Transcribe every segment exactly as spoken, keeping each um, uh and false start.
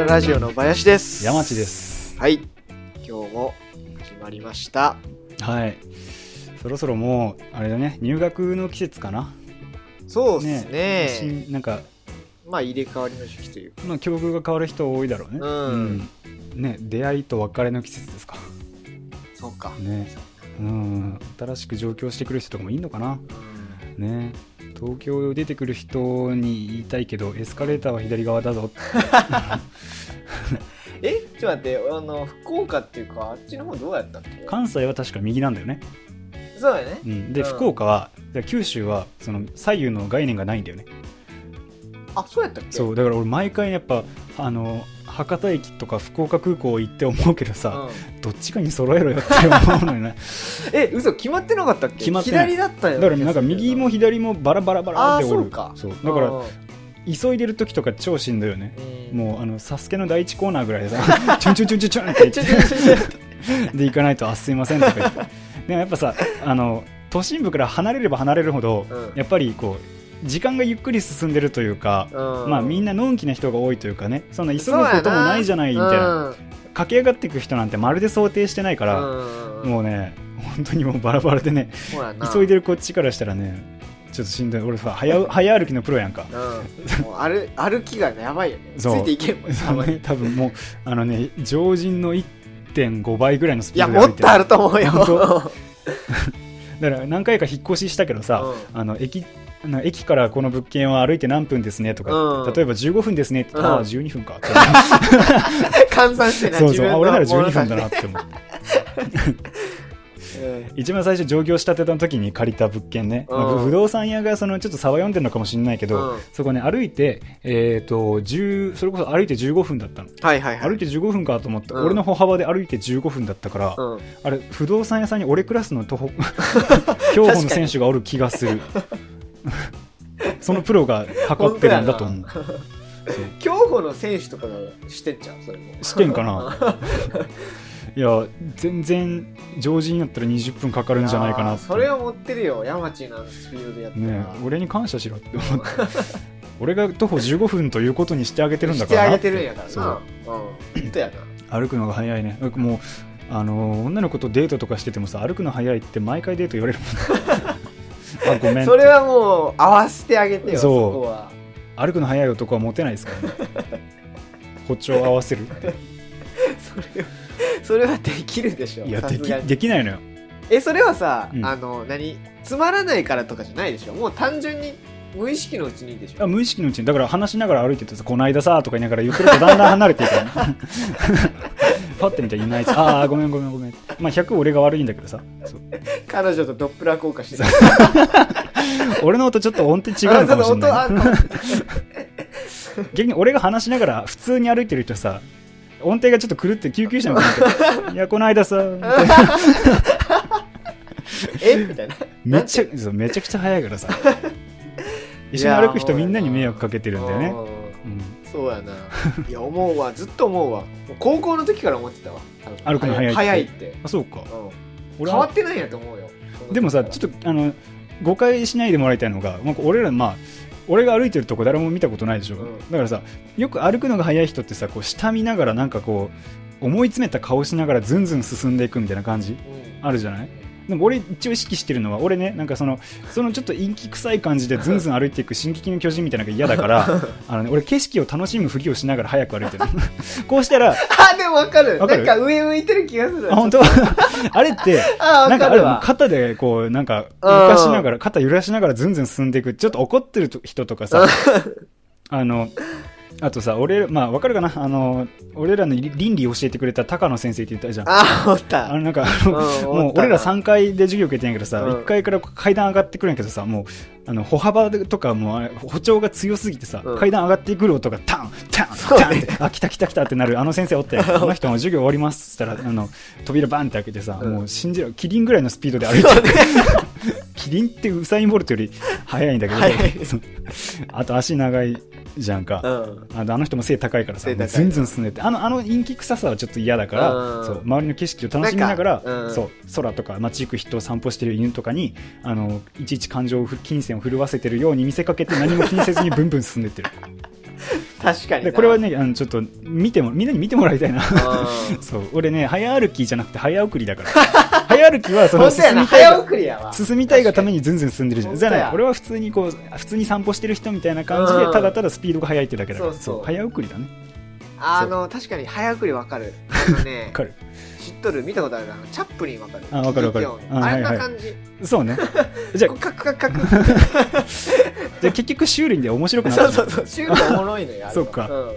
ラジオの林です。 山地です。 はい、今日も始まりました。 はい、そろそろもうあれだね、入学の季節かな。 そうですね。 ね、なんかまあ入れ替わりの時期というか、 まあ境遇が変わる人多いだろうね。 うん、 うん、ね、出会いと別れの季節ですか。 そうか。 ね、うん、新しく上京してくる人とかもいいのかな。うん、ね。東京出てくる人に言いたいけどエスカレーターは左側だぞえ、ちょっと待って、あの福岡っていうかあっちの方どうやったっけ。 関西は確か右なんだよね。 そうだね、 うん、で、 うん、 福岡は九州はその左右の概念がないんだよね。 あ、そうやったっけ。 そうだから俺毎回やっぱあの博多駅とか福岡空港行って思うけどさ、うん、どっちかに揃えろよって思うのよねえ、嘘、決まってなかったっけ。 決まってない。 左だったよ。 だからなんか右も左もバラバラバラっておる。 あ、そうか。 そうだから急いでる時とか超しんどいよね。もうあのサスケの第一コーナーぐらいでさチュンチュンチュンチュンチュンって言ってで行かないとあすいませんとか言ってでもやっぱさ、あの都心部から離れれば離れるほど、うん、やっぱりこう時間がゆっくり進んでるというか、うん、まあみんなのんきな人が多いというかね、そんな急ぐこともないじゃないみたいな、うん、駆け上がっていく人なんてまるで想定してないから、うん、もうね本当にもうバラバラでね、急いでるこっちからしたらねちょっとしんどい。俺さ 早, 早歩きのプロやんか、 うん、もう 歩, 歩きが、ね、やばいよね。ついていけんもんね。多分もうあのね常人の いってんご 倍ぐらいのスピードで歩いてる。 いやもっとあると思うよだから何回か引っ越ししたけどさ、うん、あの 駅, 駅からこの物件は歩いて何分ですねとか、うん、例えばじゅうごふんですねって言ったら、うん、あじゅうにふんかって換算してな。 そうそう、あ俺ならじゅうにふんだなって思って一番最初上京したての時に借りた物件ね、うんまあ、不動産屋がそのちょっと差は読んでるのかもしれないけど、うん、そこね歩いて、えー、とじゅうそれこそ歩いてじゅうごふんだったの、 はいはいはい、 歩いてじゅうごふんかと思って、うん、俺の歩幅で歩いてじゅうごふんだったから、うん、あれ不動産屋さんに俺クラスの徒歩競歩の選手がおる気がするそのプロが測ってるんだと思う。 競歩の選手とかがしてっちゃう。それもしてんかないや全然常人やったらにじゅっぷんかかるんじゃないかなって。 それを持ってるよ山地のスピードでやってる、ね、 俺に感謝しろって思って俺が徒歩じゅうごふんということにしてあげてるんだからな。 してあげてるんやからな。そう、うん、やな。歩くのが早いね。もうあの女の子とデートとかしててもさ歩くの早いって毎回デート言われるもんあごめん。 それはもう合わせてあげてよ。 そうそこは歩くの早い男はモテないですからね歩調を合わせるってそれはそれはできるでしょ。 いやで き, できないのよ。 えそれはさ、うん、あの何つまらないからとかじゃないでしょ。もう単純に無意識のうちにでしょ。 あ無意識のうちにだから話しながら歩いててさこの間さとか言いながら言ってるとだんだん離れていくからパッて見たらいないしああごめんごめんごめんまあひゃく俺が悪いんだけどさそう彼女とドップラー交換してる俺の音ちょっと音程違うかもしれない逆に俺が話しながら普通に歩いてる人さ音程がちょっと狂って救急車みたいないやこの間さみたいなえみたいなめちゃめちゃくちゃ早いからさ一緒に歩く人みんなに迷惑かけてるんだよね、 うん、そうやないや思うわずっと思うわ高校の時から思ってたわ歩くの早いって早いってあそうか、うん、 俺変わってないんやと思うよ。 でもさちょっとあの誤解しないでもらいたいのがなんか俺らまあ俺が歩いてるとこ誰も見たことないでしょ、うん、だからさよく歩くのが速い人ってさこう下見ながらなんかこう思い詰めた顔しながらずんずん進んでいくみたいな感じ、うん、あるじゃない。でも俺一応意識してるのは俺ねなんかそのそのちょっと陰気臭い感じでずんずん歩いていく進撃の巨人みたいなのが嫌だからあの、ね、俺景色を楽しむふりをしながら早く歩いてるこうしたらあでも分かるなんか上向いてる気がする。 あ本当あれってあなんかあれ肩でこうなんか浮かしながら肩揺らしながらずんずん進んでいくちょっと怒ってる人とかさあのあとさ俺まあわかるかなあの俺らの倫理教えてくれた高野先生って言ったじゃん。 あおったあのなんかあのもう俺らさんかいで授業受けてんやけどさ、うん、いっかいから階段上がってくるんやけどさもうあの歩幅とかも歩調が強すぎてさ、うん、階段上がってくる音がタンタンタンってあ来た来た来たってなるあの先生おってこの人も授業終わりますって言ったらあの扉バンって開けてさ、うん、もう信じろキリンぐらいのスピードで歩いてる、ね、キリンってウサインボルトより速いんだけどあと足長いじゃんか、うん、あの、あの人も背高いからさずんずん進んでってあの、あの陰気臭さはちょっと嫌だから、うん、そう周りの景色を楽しみながら、うん、そう空とか街行く人を散歩してる犬とかにあのいちいち感情を金銭を震わせてるように見せかけて何も気にせずにブンブン進んでってる確確かにでこれはねあのちょっと見てもみんなに見てもらいたいなそう俺ね早歩きじゃなくて早送りだから早歩きはその進みたいが進みたいがためにずんずん進んでるじゃん。じゃない俺は普通にこう普通に散歩してる人みたいな感じでただただスピードが速いってだけだから、そうそう早送りだね。 あの確かに早送りわかる。あのねわかる知っとる見たことあるあのチャップリンわかる。 あわかるわかる。 あんな感じ、はいはい、 そうね。じゃあカクカクカクじゃあ結局シュールにで面白くなる。 そうそうそうシュールでおもろいのよそうか、うん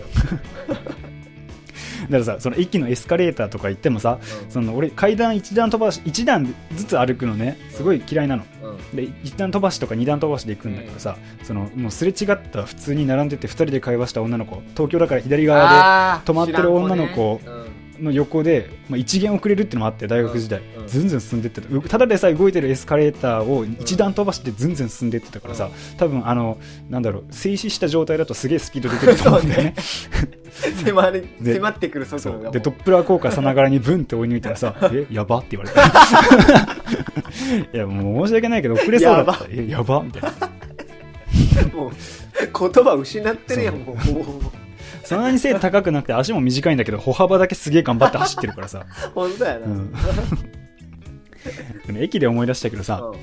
だからさその駅のエスカレーターとか行ってもさ、うん、その俺階段一段飛ばし一段ずつ歩くのねすごい嫌いなの、うん、で一段飛ばしとか二段飛ばしで行くんだけどさ、うん、そのもうすれ違った普通に並んでてふたりで会話した女の子東京だから左側で止まってる女の子の横で、まあ、一元遅れるっていうのもあって大学時代、うんうん、ずんずん進んでってたただでさえ動いてるエスカレーターを一段飛ばしてずんずん進んでってたからさ、うん、多分あのなんだろう静止した状態だとすげえスピード出てると思うんだよね迫り迫ってくる速度がでドップラー効果さながらにブンって追い抜いたらさえやばって言われたいやもう申し訳ないけど遅れそうだったえやばみたいなもう言葉失ってるやんもうそんなに背高くなくて足も短いんだけど歩幅だけすげえ頑張って走ってるからさ本当やな、うん、 でも駅で思い出したけどさ、うん、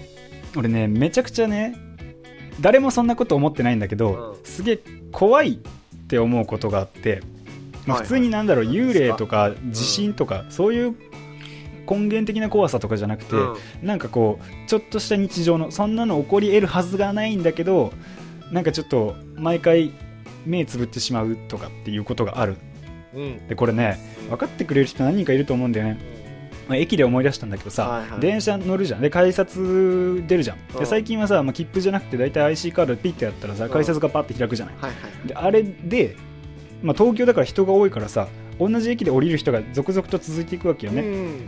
俺ねめちゃくちゃね誰もそんなこと思ってないんだけど、うん、すげえ怖いって思うことがあって、まあ、普通になんだろう、はいはい、幽霊とか地震とか、うん、そういう根源的な怖さとかじゃなくて、うん、なんかこうちょっとした日常のそんなの起こり得るはずがないんだけどなんかちょっと毎回目つぶってしまうとかっていうことがある、うん、でこれね分かってくれる人何人かいると思うんだよね、まあ、駅で思い出したんだけどさ、はいはい、電車乗るじゃんで改札出るじゃんで最近はさ、まあ、切符じゃなくてだいたい アイシー カードでピッてやったらさ改札がパッて開くじゃない、はいはい、であれで、まあ、東京だから人が多いからさ同じ駅で降りる人が続々と続いていくわけよね、うん、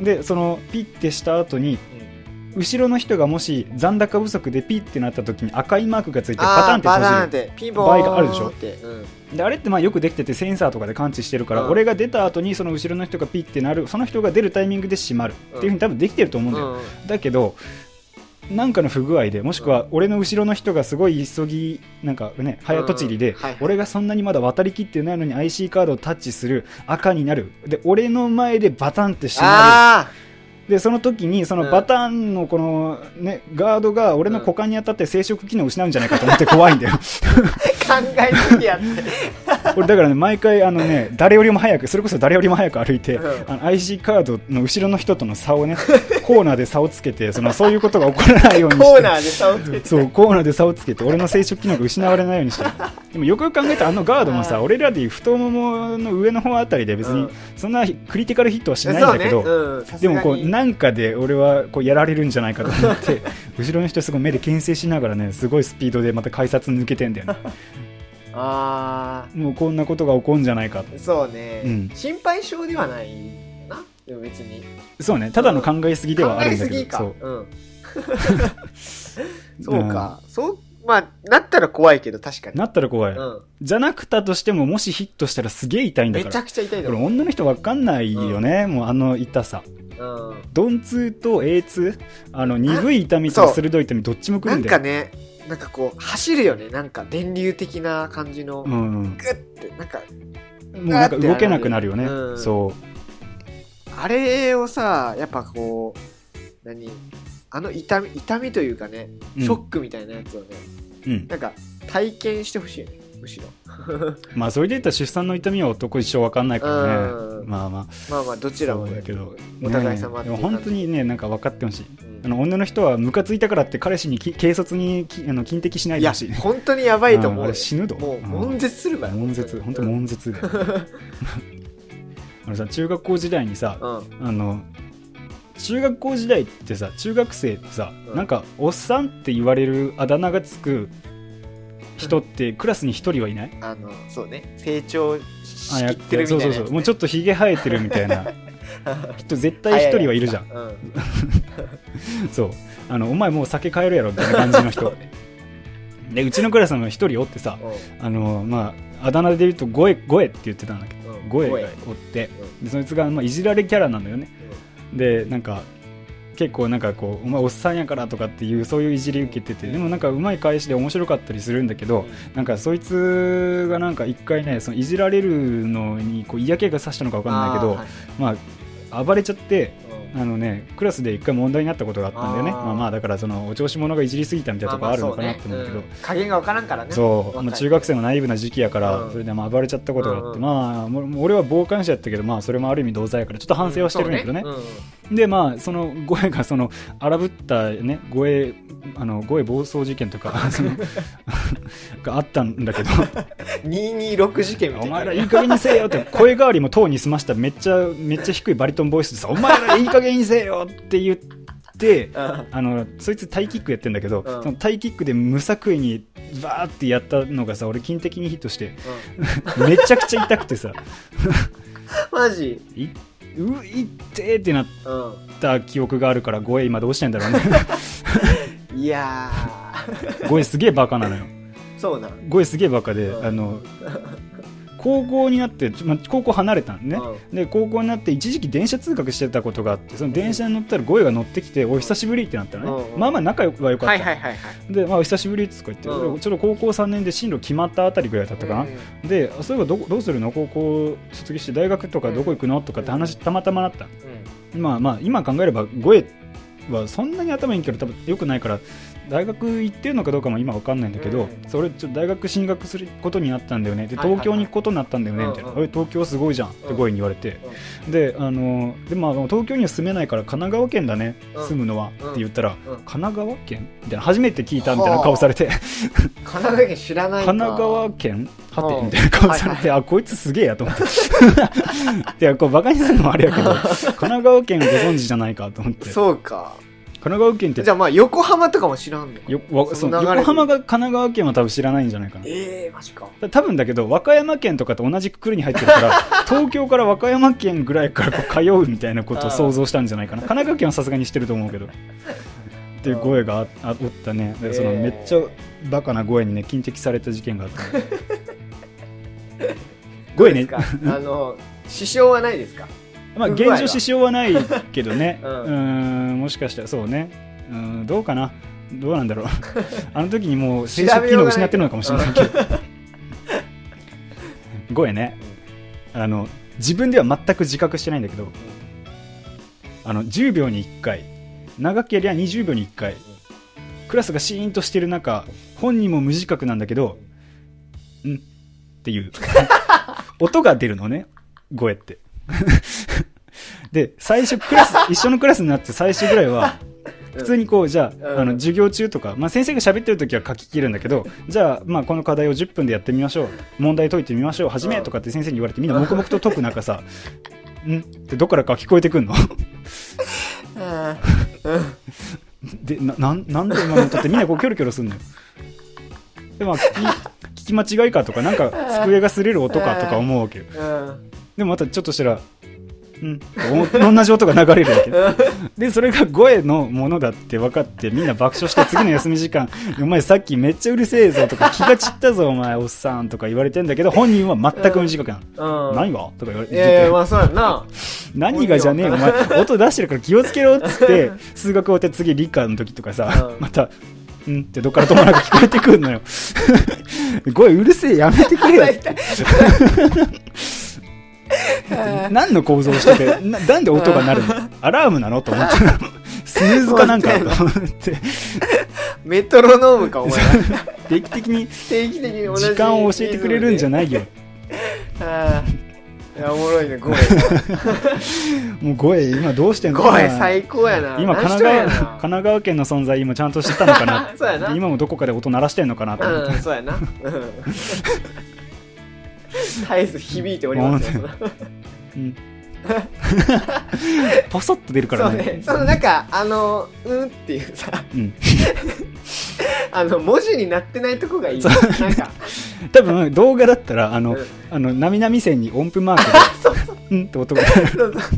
でそのピッてした後に、うん、後ろの人がもし残高不足でピッてなった時に赤いマークがついてパタンって閉じる場合があるでしょ、うん、であれってまあよくできててセンサーとかで感知してるから、うん、俺が出た後にその後ろの人がピッてなるその人が出るタイミングで閉まるっていう風に多分できてると思うんだよ、うん、だけどなんかの不具合でもしくは俺の後ろの人がすごい急ぎなんかね早とちりで、うんはいはい、俺がそんなにまだ渡りきってないのに アイシー カードをタッチする赤になるで俺の前でバタンって閉まるでその時にそのバタンのこの、ね、ガードが俺の股間に当たって生殖機能を失うんじゃないかと思って怖いんだよ考えすぎやって俺だからね毎回あのね誰よりも早くそれこそ誰よりも早く歩いて、うん、あの アイシー カードの後ろの人との差をねコーナーで差をつけてそのそういうことが起こらないようにしてコーナーで差をつけてそうコーナーで差をつけて俺の生殖機能が失われないようにしてでもよくよく考えたらあのガードもさ俺らでいう太ももの上の方あたりで別にそんなクリティカルヒットはしないんだけど、うんうん、でもこうなんかで俺はこうやられるんじゃないかと思って後ろの人すごい目で牽制しながらねすごいスピードでまた改札抜けてんだよねあもうこんなことが起こるんじゃないかそうね、うん、心配性ではないなでも別にそうねただの考えすぎではあるんだけど、うん、 考えすぎかそう、うん、そうか、うん、そうまあなったら怖いけど確かになったら怖い、うん、じゃなくたとしてももしヒットしたらすげえ痛いんだからめちゃくちゃ痛いだろこれ女の人分かんないよね、うん、もうあの痛さうん、鈍痛と エーツー あの鈍い痛みと鋭い痛みどっちもくるんだよなんかねなんかこう走るよねなんか電流的な感じの、うん、グッてなんかもうなんか動けなくなるよね、うん、そうあれをさやっぱこう何あの痛み痛みというかねショックみたいなやつをね、うん、なんか体験してほしいよねむしろまあそれで言ったら出産の痛みは男一生分かんないからねまあまあまあまあどちらもだけどお互い様っていう感じ、 ね、でも本当にねなんか分かってほしい、うん、あの女の人はムカついたからって彼氏に軽率にあの金的しないでほしいいや本当にやばいと思うあれ死ぬどもう悶絶するわよ悶絶本当悶絶だよあのさ中学校時代にさ、うん、あの中学校時代ってさ中学生ってさ、うん、なんかおっさんって言われるあだ名がつく人ってクラスに一人はいない？ あのそうね成長しきってるみたいな、ね、 そうそうそうもうちょっとひげ生えてるみたいな人絶対一人はいるじゃん、うん、そうあのお前もう酒買えるやろみたいな感じの人でうちのクラスの一人おってさあのまああだ名で言うとゴエゴエって言ってたんだけど、うん、ゴエがおってでそいつがまあいじられキャラなんだよね、うん、でなんか結構なんかこうお前おっさんやからとかっていうそういういじり受けてて、でもなんかうまい返しで面白かったりするんだけど、なんかそいつがなんか一回ね、そのいじられるのにこう嫌気がさしたのか分かんないけど、あ、はい、まあ暴れちゃって、あのね、クラスで一回問題になったことがあったんだよね。あ、まあまあだからそのお調子者がいじりすぎたみたいなところあるのかなと思うけど、 まあまあそうね、うん、加減が分からんからね。 そう、まあ、中学生のナイーブな時期やから、うん、それでまあ暴れちゃったことがあって、うん、まあ俺は傍観者やったけど、まあそれもある意味同罪やからちょっと反省はしてるんだけどね。うんねうん、でまあそのゴエがその荒ぶったねゴエあのゴエ暴走事件とかそのがあったんだけどにひゃくにじゅうろく事件みたいな。 お前らいい加減にせえよって声変わりもトーンに済ましためっちゃめっちゃ低いバリトンボイスでさ、お前らいい加減にせえよって言ってあのそいつタイキックやってんだけど、そのタイキックで無作為にバーってやったのがさ、俺金的にヒットしてめちゃくちゃ痛くてさマジいういってーってなった記憶があるから、ゴエ今どうしてんだろうねいやーゴエすげえバカなのよ。 そうなゴエすげえバカで、うん、あの高校になって、まあ、高校離れたのね、うん、で高校になって一時期電車通学してたことがあって、その電車に乗ったらゴエが乗ってきて、うん、お久しぶりってなったのね、うん、まあまあ仲は良かった、はいはいはいはい、で、まあ、お久しぶりって言って、うん、ちょっと高校さんねんで進路決まったあたりぐらいだったかな、うん、でそういえば ど, どうするの高校卒業して大学とかどこ行くのとかって話たまたまなった、うん、まあまあ今考えればゴエはそんなに頭いいけど多分良くないから大学行ってるのかどうかも今分かんないんだけど、うん、それちょっと大学進学することになったんだよねで東京に行くことになったんだよねみたいな、東京すごいじゃんってゴエに言われて、うん、であので、まあ、東京には住めないから神奈川県だね、うん、住むのは、うん、って言ったら、うん、神奈川県みたいな初めて聞いたみたいな顔されて神奈川県知らないか神奈川県はてみたいな顔されて、はいはい、あこいつすげえやと思っていやこうバカにするのもあれやけど神奈川県ご存知じゃないかと思って。 そうか、 神奈川県ってじゃあまあ横浜とかも知らんのかよわその横浜が神奈川県は多分知らないんじゃないかな。 えーマジか。 多分だけど和歌山県とかと同じくくりに入ってるから東京から和歌山県ぐらいからこう通うみたいなことを想像したんじゃないかな。神奈川県はさすがにしてると思うけどっていう声が あ, あおったね。でそのめっちゃバカな声にね金敵された事件があった声ねあの支障はないですか。 まあ、現状支障はないけどね、うん、うーんもしかしたらそうね、うんどうかなどうなんだろうあの時にもう生殖機能を失ってるのかもしれないけどごえね、あの自分では全く自覚してないんだけど、あのじゅうびょうにいっかい長ければにじゅうびょうにいっかいクラスがシーンとしてる中本人も無自覚なんだけどんっていう音が出るのねごえってで最初クラス一緒のクラスになって最初ぐらいは普通にこうじゃあ、あの授業中とか、まあ、先生が喋ってる時は書き切るんだけど、じゃあ、まあこの課題をじゅっぷんでやってみましょう、問題解いてみましょう、始めとかって先生に言われてみんな黙々と解く中さんってどっからか聞こえてくんので な, な, なんで今の歌ってみんなこうキョロキョロすんのよ。でまあ聞き、聞き間違いかとかなんか机が擦れる音かとか思うわけよ。でもまたちょっとしたらうん、同じ音が流れるわけでそれが声のものだって分かってみんな爆笑して次の休み時間お前さっきめっちゃうるせえぞとか気が散ったぞお前おっさんとか言われてんだけど本人は全く無自覚なの、うん、何がとか言われて、 いやいやまあそうやな何がじゃねえよお前音出してるから気をつけろっつって数学終わって次理科の時とかさ、うん、またうんってどっからともなく聞こえてくるのよ声うるせえやめてくれよって何の構造をしてて な, なんで音が鳴るのアラームなのと思ってスヌーズかなんかと思ってメトロノームかお前定期的に定期的に同じ時間を教えてくれるんじゃないよあいやおもろいね声もう声今どうしてんの声最高やな。 今神奈川神奈川県の存在今ちゃんと知ったのかなそうやな今もどこかで音鳴らしてんのかなと思って、 うん、そうやな、うん絶えず響いておりますよ、うん、 ポソッと出るからね。 そうね、そのなんかあのうんっていうさ、うん、あの文字になってないとこがいい。なんか多分動画だったらあの、うん、あのなみなみ線に音符マークでそうそううんって音が出る。そうそう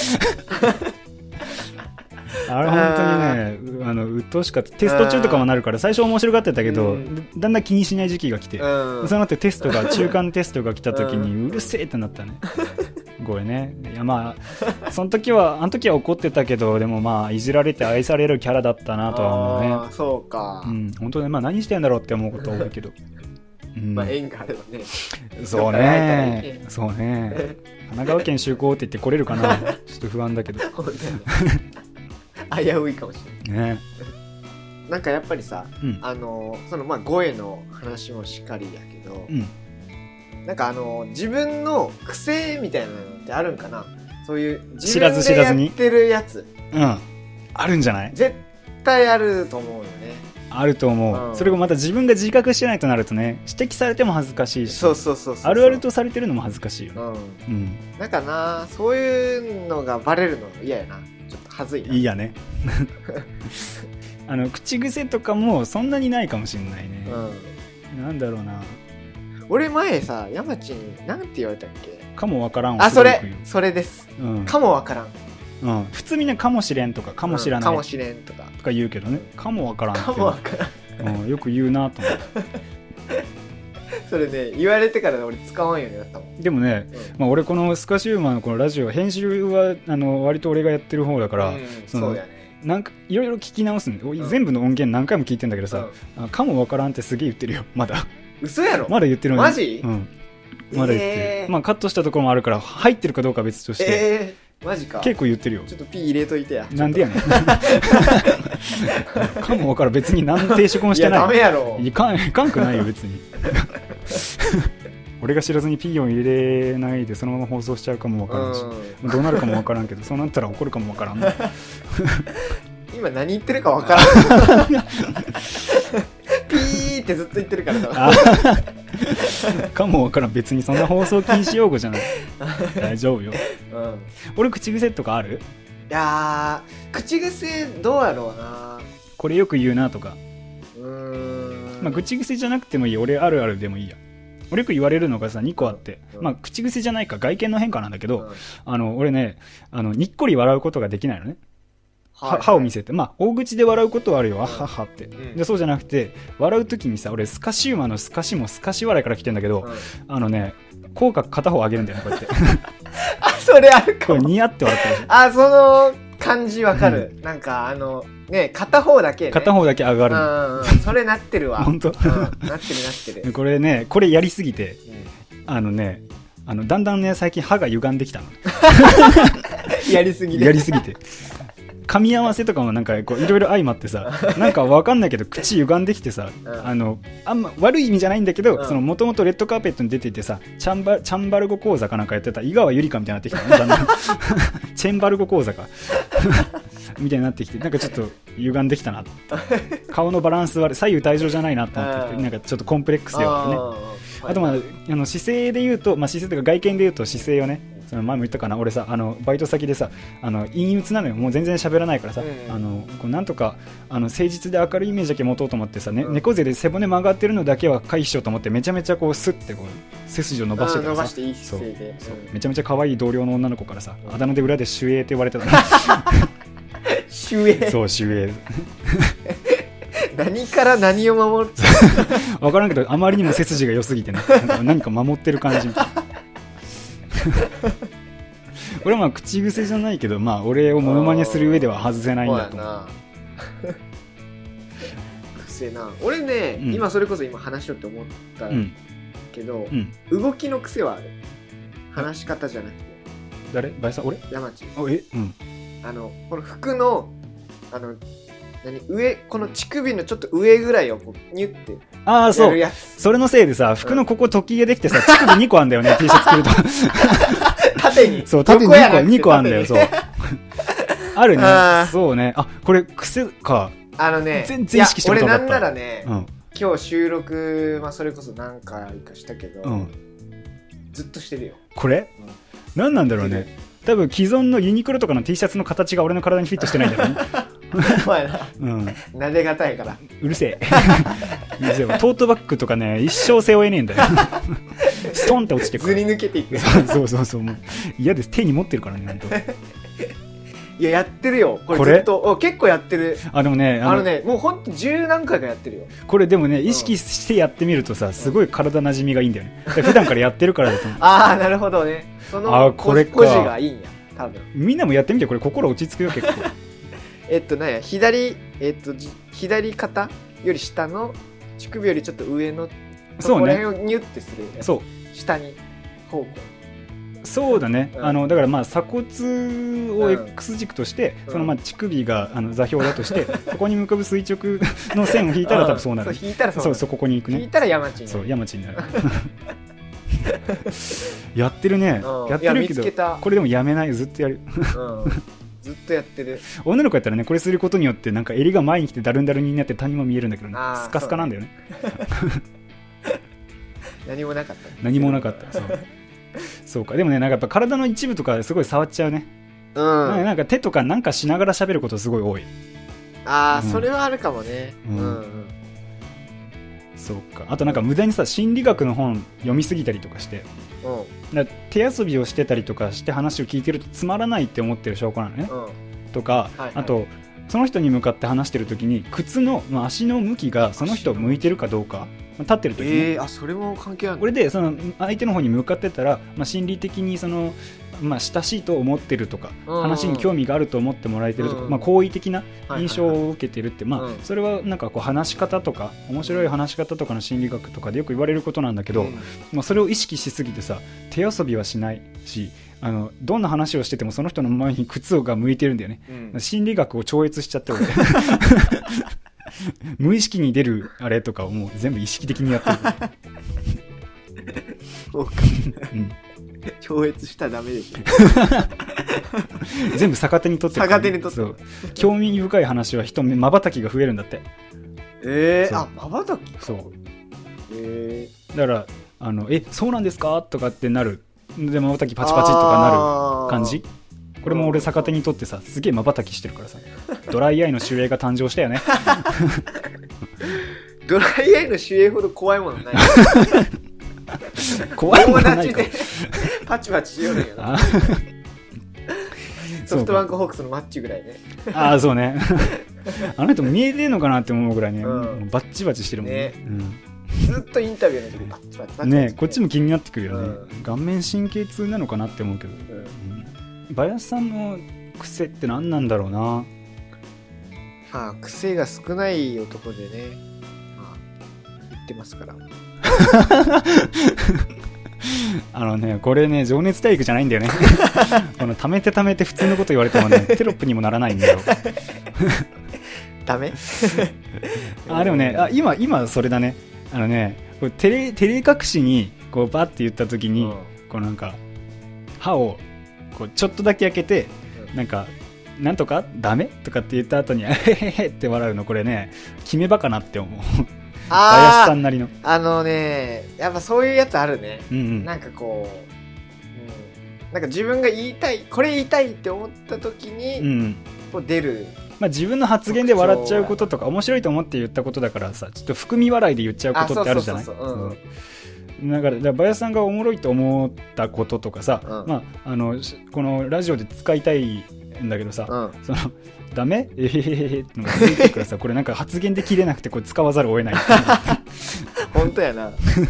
あれ本当にねあの鬱陶しかった。テスト中とかもなるから最初面白がってたけど、うん、だんだん気にしない時期が来て、うん、その後テストが中間テストが来た時にうるせえってなったね声ね。いやまあその時はあの時は怒ってたけど、でもまあいじられて愛されるキャラだったなとは思うね。 ああそうか。 うん本当ね、まあ何してんだろうって思うこと多いけど。 うん、まあ縁があればね。 そうね。そうね。神奈川県就航って言って来れるかな。ちょっと不安だけど。 危ういかもしれない。 ね。 なんかやっぱりさ、 うん、 あのそのまあ声の話もしっかりやけど、 うん、 なんかあの自分の癖みたいなのってあるんかな。そういう知らず知らずに自分でやってるやつ、 うん、あるんじゃない？ 絶対あると思うよね。 あると思う、うん、それがまた自分が自覚してないとなるとね、指摘されても恥ずかしいし、 そうそうそうそう、 あるあるとされてるのも恥ずかしいよ、 うんうん、なんかな、そういうのがバレるの嫌やな。ちょっと恥ずいな。いいやねあの口癖とかもそんなにないかもしれないね、うん、なんだろうな。 俺前さ山地になんて言われたっけ。 かもわからん。 あ、それそれです、うん、かもわからん、 うん、普通みんなかもしれんとかかもしらない、 うん、かもしれんとかとか言うけどね、かもわからんってかもわからん、 うん、よく言うなと思ってそれね言われてから俺使わんようになったもん。 でもね、うん、まあ、俺このスカシウマのこのラジオ編集はあの割と俺がやってる方だから、うん、そのそうやね、なんかいろいろ聞き直すんで、うん、全部の音源何回も聞いてんだけどさ、うん、かもわからんってすげえ言ってるよまだ。 嘘やろ。 まだ言ってるのに。 マジ？ うん、まだ言ってる、えー、まあカットしたところもあるから入ってるかどうかは別として、 えー、マジか。 結構言ってるよ。 ちょっとピー入れといてや。 なんでやねんかもわからん、別に何の抵触もしてない。 いやダメやろ。 いかん、いかんくないよ別に俺が知らずにピーを入れないでそのまま放送しちゃうかもわからんし、うん、どうなるかもわからんけどそうなったら怒るかもわからん今何言ってるかわからんピーってずっと言ってるからさかもわからん。別にそんな放送禁止用語じゃない大丈夫よ、うん、俺口癖とかある？ いやー口癖どうやろうな。 これよく言うなとか。 うーん、 まあ、口癖じゃなくてもいい。俺あるあるでもいいや。俺よく言われるのがさにこあって、うん、まあ口癖じゃないか外見の変化なんだけど、うん、あの俺ねあのにっこり笑うことができないのね、はいはい、歯を見せて、まあ大口で笑うことはあるよ、あははって、うん、でそうじゃなくて笑うときにさ、俺スカシウマのスカシもスカシ笑いから来てんだけど、うん、あのね口角片方上げるんだよねこうやってあ、それあるかも。 これニヤって笑ってる。 あ、その感じわかる、うん、なんかあのね片方だけ、ね、 片方だけ上がるの、 うん、それなってるわ本当、うん、 なってるなってるこれね、これやりすぎて、うん、あのねあのだんだんね最近歯が歪んできたのやりすぎてやりすぎて噛み合わせとかもなんかこういろいろ相まってさ、なんかわかんないけど口歪んできてさ、うん、あのあんま悪い意味じゃないんだけど、うん、そのもともとレッドカーペットに出ていてさ、チャンバチャンバルゴ講座かなんかやってた井川ゆりかみたいになってきたねだんだんチェンバルゴ講座かみたいになってきて、なんかちょっと歪んできたな顔のバランス悪い、左右対称じゃないなと思ってきて、なんかちょっとコンプレックスよね。あ, あと、まあ、あの姿勢で言うと、まあ、姿勢とか外見で言うと姿勢をね、その前も言ったかな、俺さあのバイト先でさあの陰鬱なのよ、もう全然喋らないからさ、うん、あのこうなんとかあの誠実で明るいイメージだけ持とうと思ってさ、ねうん、猫背で背骨曲がってるのだけは回避しようと思ってめちゃめちゃこうスッてこう背筋を伸ばしてたらさ、 伸ばしていい姿勢で、 そうそう、めちゃめちゃ可愛い同僚の女の子からさ、うん、あだ名で裏で守衛って言われてたの守衛、 そう守衛何から何を守る分からんけどあまりにも背筋が良すぎてね、なんか何か守ってる感じみたいな俺はまあ口癖じゃないけど、まあ俺をモノマネする上では外せないんだと思う。 癖な。俺ね、うん、今それこそ今話しようって思ったけど、うんうん、動きの癖はある。話し方じゃなくて。 誰？バイさん？俺？ 山地。 あ、え？うん。 あのこの服のあの何上この乳首のちょっと上ぐらいをこうニュってああそうそれのせいでさ、服のここ突起ができてさ、乳首にこあんだよねT シャツ着ると縦にそう縦ににこにこあんだよ。そうあるね。そうね。あ、これ癖か。 あのね全然意識してなかった。 俺なんならね、うん、今日収録、まあ、それこそ何回かしたけど、うん、ずっとしてるよこれ、うん、何なんだろうね。多分既存のユニクロとかの T シャツの形が俺の体にフィットしてないんだよねお前な、うん、撫でがたいからうるせえうるせえトートバッグとかね一生背負えねえんだよストンって落ちてくる、 ずり抜けていくそうそうそう、もう嫌です。手に持ってるからね本当いややってるよこれずっと結構やってる。 あでもねあの、あのねもうほんと十何回かやってるよこれ。でもね意識してやってみるとさ、うん、すごい体なじみがいいんだよね。普段からやってるからだと思う。 ああなるほどね。そのあこれかポジがいいんや多分。 みんなもやってみてこれ心落ち着くよ結構。 えっとなんや左えっと左肩より下の乳首よりちょっと上のとこら辺をニュッてする、ね、 そう下に方向。 そうだね、 うん、 あのだからまあ鎖骨を X 軸として、うん、そのまあ乳首があの座標だとして、うん、そこに向かう垂直の線を引いたら多分そうなる、 うん、そう引いたらそうなる。 そうそうここに行くね。 引いたら山地になる。 そう山地になる。やってるね、うん、やってるけどこれでもやめない、ずっとやる、うん、 ずっとやってる。 女の子やったらねこれすることによってなんか襟が前に来てダルンダルンになって谷も見えるんだけどね、スカスカなんだよね。 何もなかった、ね、 何もなかった。そうそうか。でもねなんかやっぱ体の一部とかすごい触っちゃうね、うん、なんか手とかなんかしながら喋ることすごい多い。 ああ、うん、それはあるかもね、うんうんうん、 そうか。あとなんか無駄にさ心理学の本読みすぎたりとかして、うん、だ手遊びをしてたりとかして話を聞いてるとつまらないって思ってる証拠なのね、うん、とか、はいはい、あとその人に向かって話してる時に靴の、まあ、足の向きがその人を向いてるかどうか、立ってる時に、 えー、あそれも関係ある。 これでその相手の方に向かってたら、まあ、心理的にその、まあ、親しいと思ってるとか、うんうん、話に興味があると思ってもらえてるとか、うんうん、まあ、好意的な印象を受けてるって、はいはいはい、まあ、それはなんかこう話し方とか面白い話し方とかの心理学とかでよく言われることなんだけど、うん、まあ、それを意識しすぎてさ手遊びはしないし、あのどんな話をしててもその人の前に靴が向いてるんだよね、うん、心理学を超越しちゃって俺無意識に出るあれとかをもう全部意識的にやってる。 そうか、うん、超越したらダメでしょ。 全部逆手に取ってる、 逆手に取ってる。興味深い話は人まばたきが増えるんだって。 えー、あまばたき。 そう、 えー、だからあのえそうなんですかとかってなるでまばたきパチパチとかなる感じ。これも俺逆手にとってさすげえまばたきしてるからさドライアイの守衛が誕生したよね。 ドライアイの守衛ほど怖いものない。 怖いものないか。 パチパチしようだけど。ソフトバンクホークスのマッチぐらいね。 ああそうね。あの人見えてんのかなって思うぐらいね、うん、バッチバチしてるもんね。ね、 うん、ずっとインタビューの時バッチバチバッチバチね。こっちも気になってくるよね、うん、顔面神経痛なのかなって思うけど、うんうん、バヤスさんの癖って何なんだろうな。 ああ癖が少ない男でね、まあ、言ってますから。 あのねこれね情熱大陸じゃないんだよね。この貯めて貯めて普通のこと言われてもねテロップにもならないんだよ。 ダメ？ あでもねあ今今それだね。あのねこれ照れ照れ隠しにこうバッて言った時に、うん、こうなんか歯をこうちょっとだけ開けて、うん、なんかなんとかダメとかって言った後にえへへへって笑うのこれね決め歯かなって思う。バヤスさんなりのあのねやっぱそういうやつあるね、 うんうん、 なんかこう、うん、なんか自分が言いたいこれ言いたいって思った時に、うん、こう出る、 まあ、自分の発言で笑っちゃうこととか面白いと思って言ったことだからさちょっと含み笑いで言っちゃうことってあるじゃない。だからバヤスさんがおもろいと思ったこととかさ、うん、まあ、あのこのラジオで使いたいんだけどさ、うん、そのダメえへへへってのがついてるからさこれなんか発言できれなくてこれ使わざるを得ない本当やな。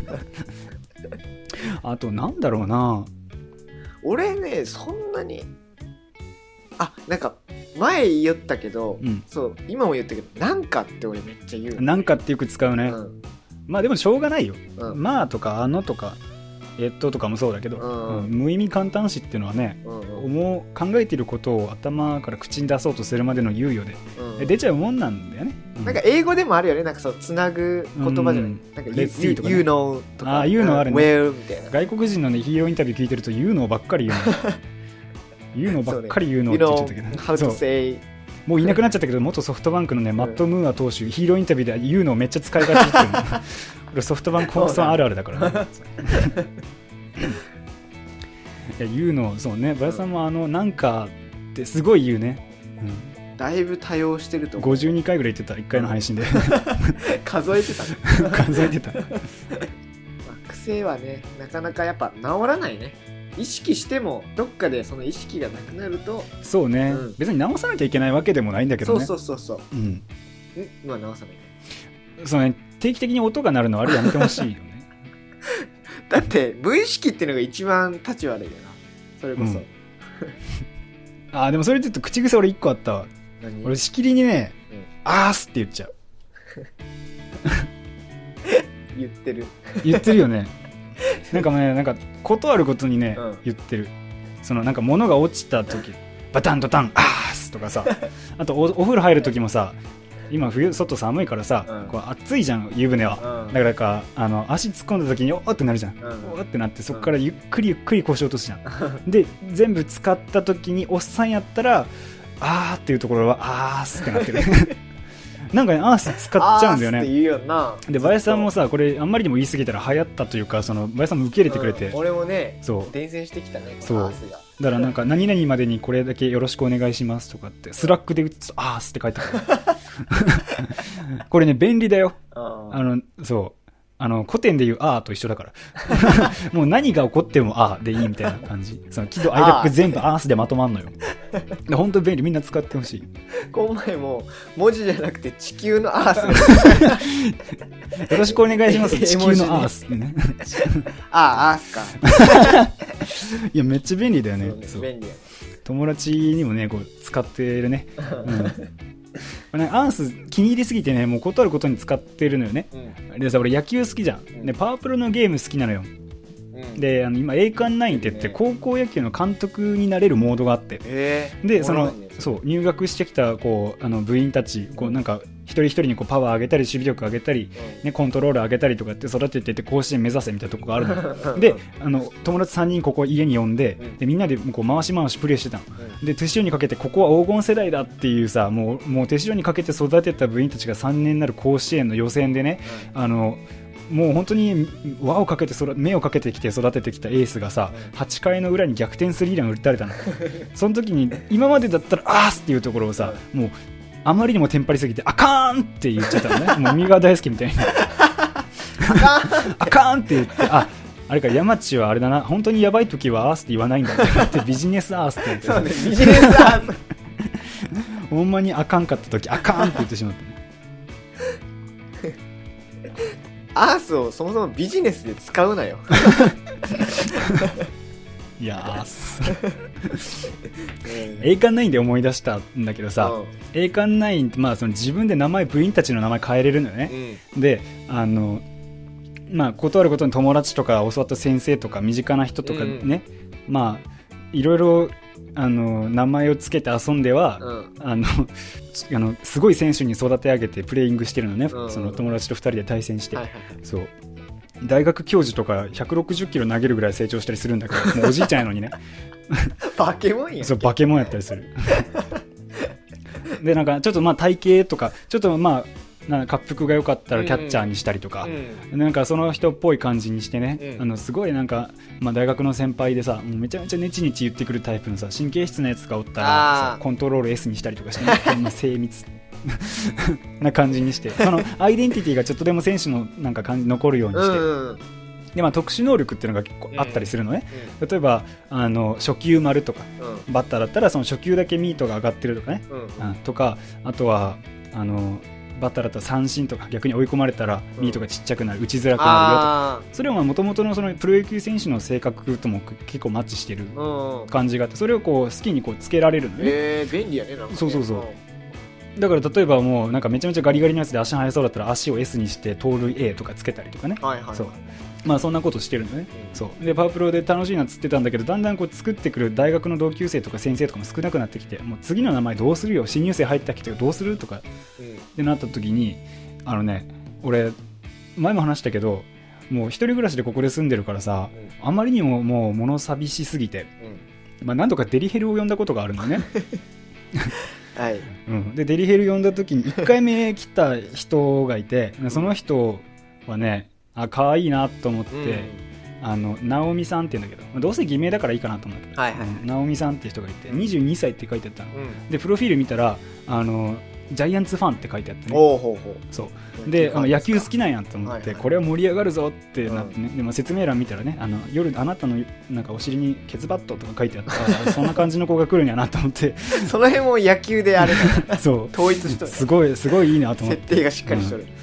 あとなんだろうな俺ねそんなにあなんか前言ったけど、うん、そう今も言ったけどなんかって俺めっちゃ言うなんかってよく使うね、うん、まあでもしょうがないよ、うん、まあとかあのとかえっととかもそうだけど、うんうん、無意味簡単詞っていうのはね、うんうん、思う考えていることを頭から口に出そうとするまでの猶予で、うん、出ちゃうもんなんだよね、 うん、なんか英語でもあるよねなんかそうつなぐ言葉じゃない、うん、なんか you, you, とか、ね、you know とかあ you know あるね where みたいな外国人の、ね、ヒーローインタビュー聞いてると you know ばっかり言うのyou know ばっかり言うのって言っちゃったけど、ね、 how to say もういなくなっちゃったけど元ソフトバンクのね、うん、マット・ムーア投手ヒーローインタビューで言うのをめっちゃ使いがちっていうの俺ソフトバンクホークスあるあるだからね。いや言うのそうねバヤさんもあのなんかってすごい言うね、 うん、だいぶ多用してると思う。 ごじゅうにかいぐらい言ってたいっかいの配信で数えてた、 ね、数えてた。 癖はねなかなかやっぱ治らないね。 意識してもどっかでその意識がなくなるとそうね、うん、別に直さなきゃいけないわけでもないんだけどね。 そうそうそうそう、うん、ん今直さなきゃそうね、定期的に音が鳴るのあれやめてほしいよねだって無意識っていうのが一番立ち悪いよなそれこそ、うん、 あでもそれで言うと口癖俺一個あったわ。俺しきりにね、うん、あーすって言っちゃう言ってる言ってるよねなんかね、なんかことあることにね、うん、言ってる。そのなんか物が落ちた時バタンドタンあーすとかさあと お, お風呂入る時もさ、今冬外寒いからさ、うん、こう暑いじゃん湯船は、うん、だからかあの足突っ込んだ時におーってなるじゃん、うん、おーってなってそこからゆっくりゆっくり腰落とすじゃん、うん、で全部使った時におっさんやったらあーっていうところはあーすってなってるなんかね、アース使っちゃうんだよね。 アースって言うよな。 で、バヤさんもさ、これあんまりにも言い過ぎたら流行ったというか、そのバヤさんも受け入れてくれて、 うん、俺もね、 そう伝染してきたね、このアースが。 だからなんか何々までにこれだけよろしくお願いしますとかってスラックで打つとアースって書いてあるこれね便利だよ。あのそうあの古典で言うあーと一緒だからもう何が起こってもあーでいいみたいな感じ。その喜怒哀楽全部アースでまとまんのよで本当に便利、みんな使ってほしい。 この前も文字じゃなくて地球のアースよろしくお願いします地球のアースってねあーアースかいやめっちゃ便利だよね。 そうね、そう便利やね。 友達にもねこう使ってるね、うん、アース気に入りすぎてねもうことあることに使ってるのよね、うん、でさ俺野球好きじゃん、うん、でパワープロのゲーム好きなのよ、うん、であの今栄冠ナインって言って高校野球の監督になれるモードがあって、えー、でそのそう入学してきたこうあの部員たちこうなんか一人一人にこうパワー上げたり守備力上げたり、ね、コントロール上げたりとかって育てていって甲子園目指せみたいなとこがあるのであの友達さんにんここ家に呼んで、でみんなでこう回し回しプレーしてたの、で手塩にかけてここは黄金世代だっていうさもう、もう手塩にかけて育てた部員たちがさんねんになる甲子園の予選でね、あのもう本当に輪をかけて目をかけてきて育ててきたエースがさはちかいの裏に逆転スリーラン打たれたのその時に今までだったらアースっていうところをさもうあまりにもテンパりすぎてあかーんって言っちゃったのねもう右が大好きみたいにあかーんって言ってああれか山地はあれだな本当にやばい時はアースって言わないんだってビジネスアースって言ってそうねビジネスアースほんまにあかんかった時あかーんって言ってしまったねアースをそもそもビジネスで使うなよいやー栄冠ナインで思い出したんだけどさ、うん、栄冠ナインって、まあ、その自分で名前部員たちの名前変えれるのよね、うん、であのまあ断ることに友達とか教わった先生とか身近な人とかね、うん、まあいろいろあの名前をつけて遊んでは、うん、あのあのすごい選手に育て上げてプレイングしてるのね、うん、その友達とふたりで対戦して、はいはいはい、そう大学教授とかひゃくろくじゅっキロ投げるぐらい成長したりするんだけどもうおじいちゃんやのにねバケモンやそうバケモンやったりするでなんかちょっとまあ体型とかちょっとまあなんか滑腹が良かったらキャッチャーにしたりとか、うん、なんかその人っぽい感じにしてね、うん、あのすごいなんか、まあ、大学の先輩でさもうめちゃめちゃネチネチ言ってくるタイプのさ神経質なやつがおったらさコントロール エス にしたりとかして、ね、ほんま精密な感じにしてそのアイデンティティがちょっとでも選手のなんか感じ残るようにして、うんうんでまあ、特殊能力っていうのが結構あったりするのね、うんうん、例えばあの初球丸とか、うん、バッターだったらその初球だけミートが上がってるとかね、うんうん、とかあとはあのバッターだったら三振とか逆に追い込まれたらミートがちっちゃくなる、うん、打ちづらくなるよとかそれはもともとのそのプロ野球選手の性格とも結構マッチしてる感じがあってそれをこう好きにこうつけられるのね、 えー、便利やねなんかねそうそうそうだから例えばもうなんかめちゃめちゃガリガリのやつで足速そうだったら足を エス にして盗塁 エー とかつけたりとかね、はいはいはい、そうまあそんなことしてるのね、うん、そうでパワープロで楽しいなっつってたんだけどだんだんこう作ってくる大学の同級生とか先生とかも少なくなってきてもう次の名前どうするよ新入生入ったけどどうするとか、うん、ってなった時にあのね俺前も話したけどもう一人暮らしでここで住んでるからさ、うん、あまりにももう物寂しすぎて、うんまあ、何度かデリヘルを呼んだことがあるのねはいうん、でデリヘル呼んだ時にいっかいめ来た人がいてその人はねあ可愛いなと思って、うん、あの直美さんって言うんだけどどうせ偽名だからいいかなと思って、はいはい、直美さんって人がいてにじゅうにさいって書いてあったの、うん、でプロフィール見たらあのジャイアンツファンって書いてあってね。 おうほうほう。 そうで、あの野球好きなんやと思って、はいはい、これは盛り上がるぞってなってね、うん、でも説明欄見たらね、あの夜あなたのなんかお尻にケツバットとか書いてあったそんな感じの子が来るんやなと思ってその辺も野球であれだそう統一しとる、 すごいすごいいいなと思って、 設定がしっかりしとる、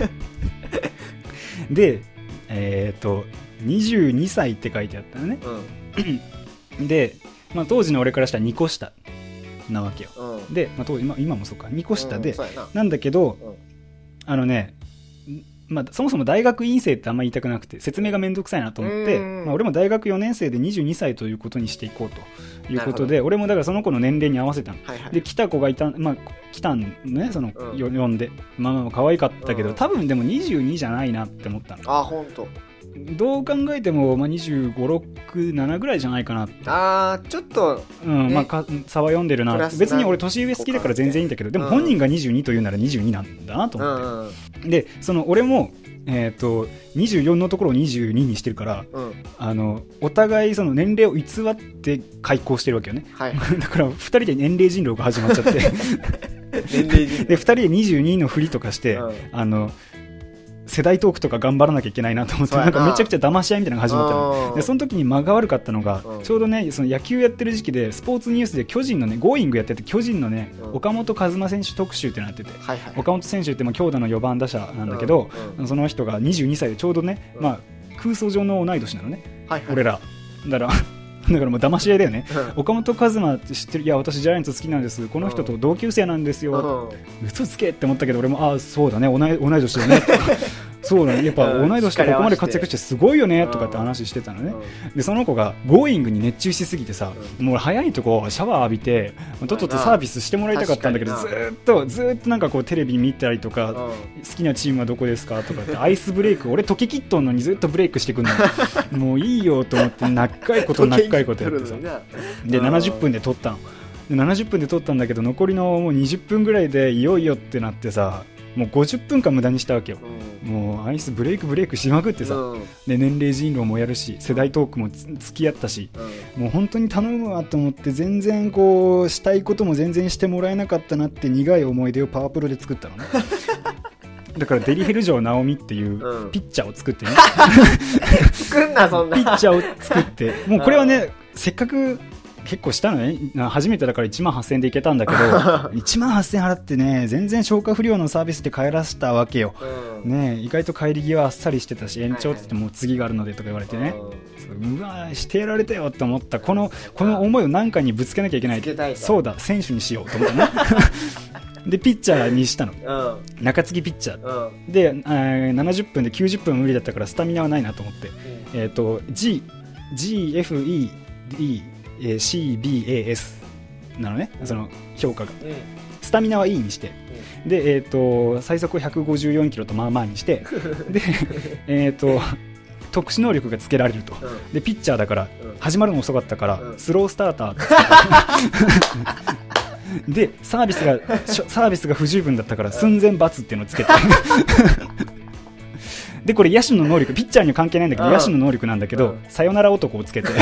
うん、でえっ、ー、とにじゅうにさいって書いてあったのね、うん、で、まあ、当時の俺からしたらにこ下なわけよ、うん、で、まあ、当時今、今もそうかにこ下で、うん、な, なんだけど、うん、あのね、まあ、そもそも大学院生ってあんま言いたくなくて説明がめんどくさいなと思って、まあ、俺も大学よねん生でにじゅうにさいということにしていこうということで、俺もだからその子の年齢に合わせたの、はいはい、で来た子がいた、まあ、来たんね、その、うん、呼んで、まあまあ可愛かったけど、うん、多分でもにじゅうにじゃないなって思ったの。 あ、本当。 どう考えても、まあ、にじゅうご、ろく、ななぐらいじゃないかなって。 あーちょっと、 うん、ね、まあか差は読んでるな。別に俺年上好きだから全然いいんだけど、でも本人がにじゅうにというならにじゅうになんだなと思って、うんうん、でその俺も、えー、とにじゅうよんのところをにじゅうににしてるから、うん、あのお互いその年齢を偽って開校してるわけよね、はい、だからふたりで年齢人狼が始まっちゃって年齢人狼でふたりでにじゅうにのふりとかして、うん、あの世代トークとか頑張らなきゃいけないなと思って、なんかめちゃくちゃ騙し合いみたいなのが始まったので、その時に間が悪かったのが、うん、ちょうどねその野球やってる時期でスポーツニュースで巨人のねゴーイングやってて、巨人のね、うん、岡本和真選手特集ってなってて、はいはい、岡本選手ってまあ強打のよばん打者なんだけど、うんうん、その人がにじゅうにさいでちょうどね、うん、まあ、空想上の同い年なのね、はいはい、俺らだからだからもう騙し合いだよね、うん、岡本和真って知ってる？いや私ジャイアンツ好きなんです、この人と同級生なんですよ、うん、嘘つけって思ったけど俺も、ああそうだね、同い、同い年だねそうだね、やっぱ同い年でここまで活躍してすごいよねとかって話してたのね、うん、でその子がゴーイングに熱中しすぎてさ、うん、もう早いとこシャワー浴びてとっととサービスしてもらいたかったんだけど、ずーっとずーっとなんかこうテレビ見たりとか、うん、好きなチームはどこですかとかってアイスブレイク、俺溶けきっとんのにずっとブレイクしてくんのもういいよと思ってなっかいことなっかいことやってさでななじゅっぷんで撮ったのでななじゅっぷんで撮ったんだけど、残りのもうにじゅっぷんぐらいでいよいよってなってさ、もうごじゅっぷんかん無駄にしたわけよ、うん、もうアイスブレイクブレイクしまくってさ、うん、で年齢人狼もやるし世代トークもつ付き合ったし、うん、もう本当に頼むわと思って、全然こうしたいことも全然してもらえなかったなって苦い思い出をパワープロで作ったのねだからデリヘル城直美っていうピッチャーを作ってね、 うん、作んなそんなピッチャーを作ってもうこれはねせっかく結構したのね、初めてだからいちまんはっせんえんでいけたんだけどいちまんはっせんえん払ってね、全然消化不良のサービスで帰らせたわけよ、うん、ね、意外と帰り際あっさりしてたし、延長って言っても次があるのでとか言われてね、うわしてやられたよって思った。このこの思いを何かにぶつけなきゃいけない、そうだ選手にしようと思ったねでピッチャーにしたの、うん、中継ぎピッチャー、うん、でななじゅっぷんできゅうじゅっぷん無理だったからスタミナはないなと思って、うん、えーと G、ジーエフイーディーシービーエーエス なのね、うん、その評価が、うん、スタミナは E にして、うん、で、えー、と最速ひゃくごじゅうよんキロとまあまあにしてで、えー、と特殊能力がつけられると、うん、でピッチャーだから、うん、始まるの遅かったから、うん、スロースターターってでサービスがサービスが不十分だったから寸前×っていうのをつけてでこれ野手の能力、ピッチャーには関係ないんだけど野手の能力なんだけど、さよなら男をつけて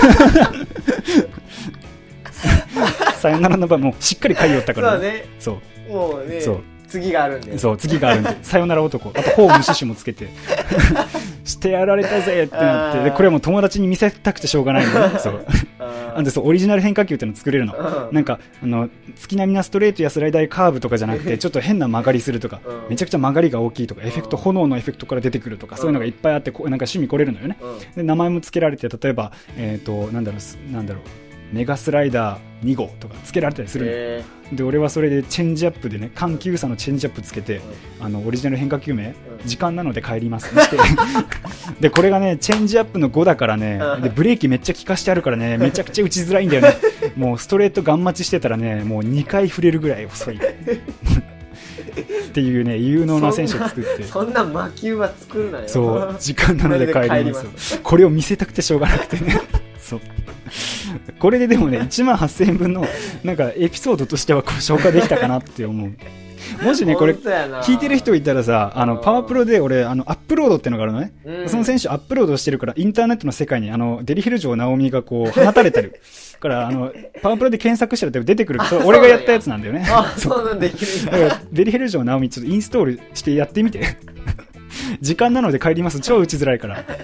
さよならの場もうしっかり書いよったからね、 そうもうね、そう次があるんで、 そう次があるんでさよなら男、あとホームシシもつけてしてやられたぜってなって、でこれはもう友達に見せたくてしょうがないのねそうなんでそうオリジナル変化球っていうの作れるの、うん、なんかあの月並みなストレートやスライダーカーブとかじゃなくてちょっと変な曲がりするとか、うん、めちゃくちゃ曲がりが大きいとか、エフェクト、炎のエフェクトから出てくるとか、うん、そういうのがいっぱいあって、こうなんか趣味来れるのよね、うん、で名前も付けられて、例えば、えーと、なんだろうなんだろうメガスライダーに号とか付けられたりするの、えー、で俺はそれでチェンジアップでね、緩急差のチェンジアップつけて、うん、あのオリジナル変化球名、うん、時間なので帰りますってでこれがねチェンジアップのごだからね、でブレーキめっちゃ効かしてあるからね、めちゃくちゃ打ちづらいんだよねもうストレートガン待ちしてたらね、もうにかい触れるぐらい遅いっていうね有能な選手を作って、 そんな魔球は作るなよ、 そう時間なので帰ります、これを見せたくてしょうがなくてねそうこれででもねいちまんはっせんえんぶんのなんかエピソードとしてはこう消化できたかなって思う。 もしねこれ聞いてる人いたらさ、あのパワープロで俺あのアップロードってのがあるのね、うん、その選手アップロードしてるからインターネットの世界にあのデリヘル城直美がこう放たれてるからあのパワープロで検索したら出てくるけど俺がやったやつなんだよね。 あ、そうなんできるんだ。 だからデリヘル城直美ちょっとインストールしてやってみて時間なので帰ります。超打ちづらいからい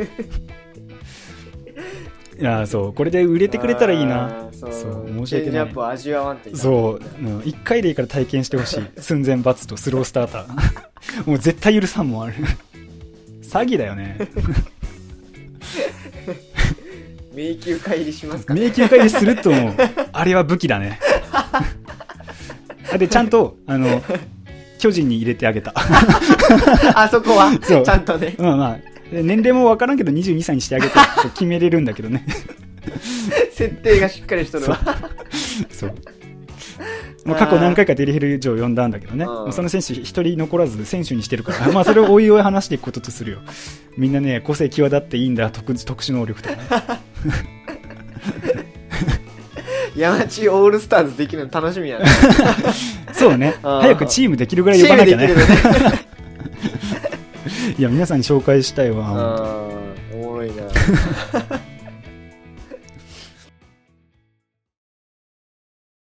やそうこれで売れてくれたらいいな。そうそう申し訳ない。チェンジアップを味わわんといけない。そう、うん、いっかいでいいから体験してほしい。寸前バツとスロースターターもう絶対許さんもんある詐欺だよね迷宮会入りしますかね。 迷宮会入りすると思うあれは武器だねでちゃんとあの巨人に入れてあげたあそこはちゃんとね、 まあまあ年齢も分からんけどにじゅうにさいにしてあげて決めれるんだけどね設定がしっかりしとるわそうそうもう過去何回かデリヘル城を呼んだんだけどね、もうその選手一人残らず選手にしてるからまあそれをおいおい話していくこととするよ。みんなね個性際立っていいんだ、 特, 特殊能力とか、ね、 山地オールスターズできるの楽しみやねそうね、早くチームできるぐらい呼ばなきゃねいや皆さんに紹介したいわ。 あーおもろいな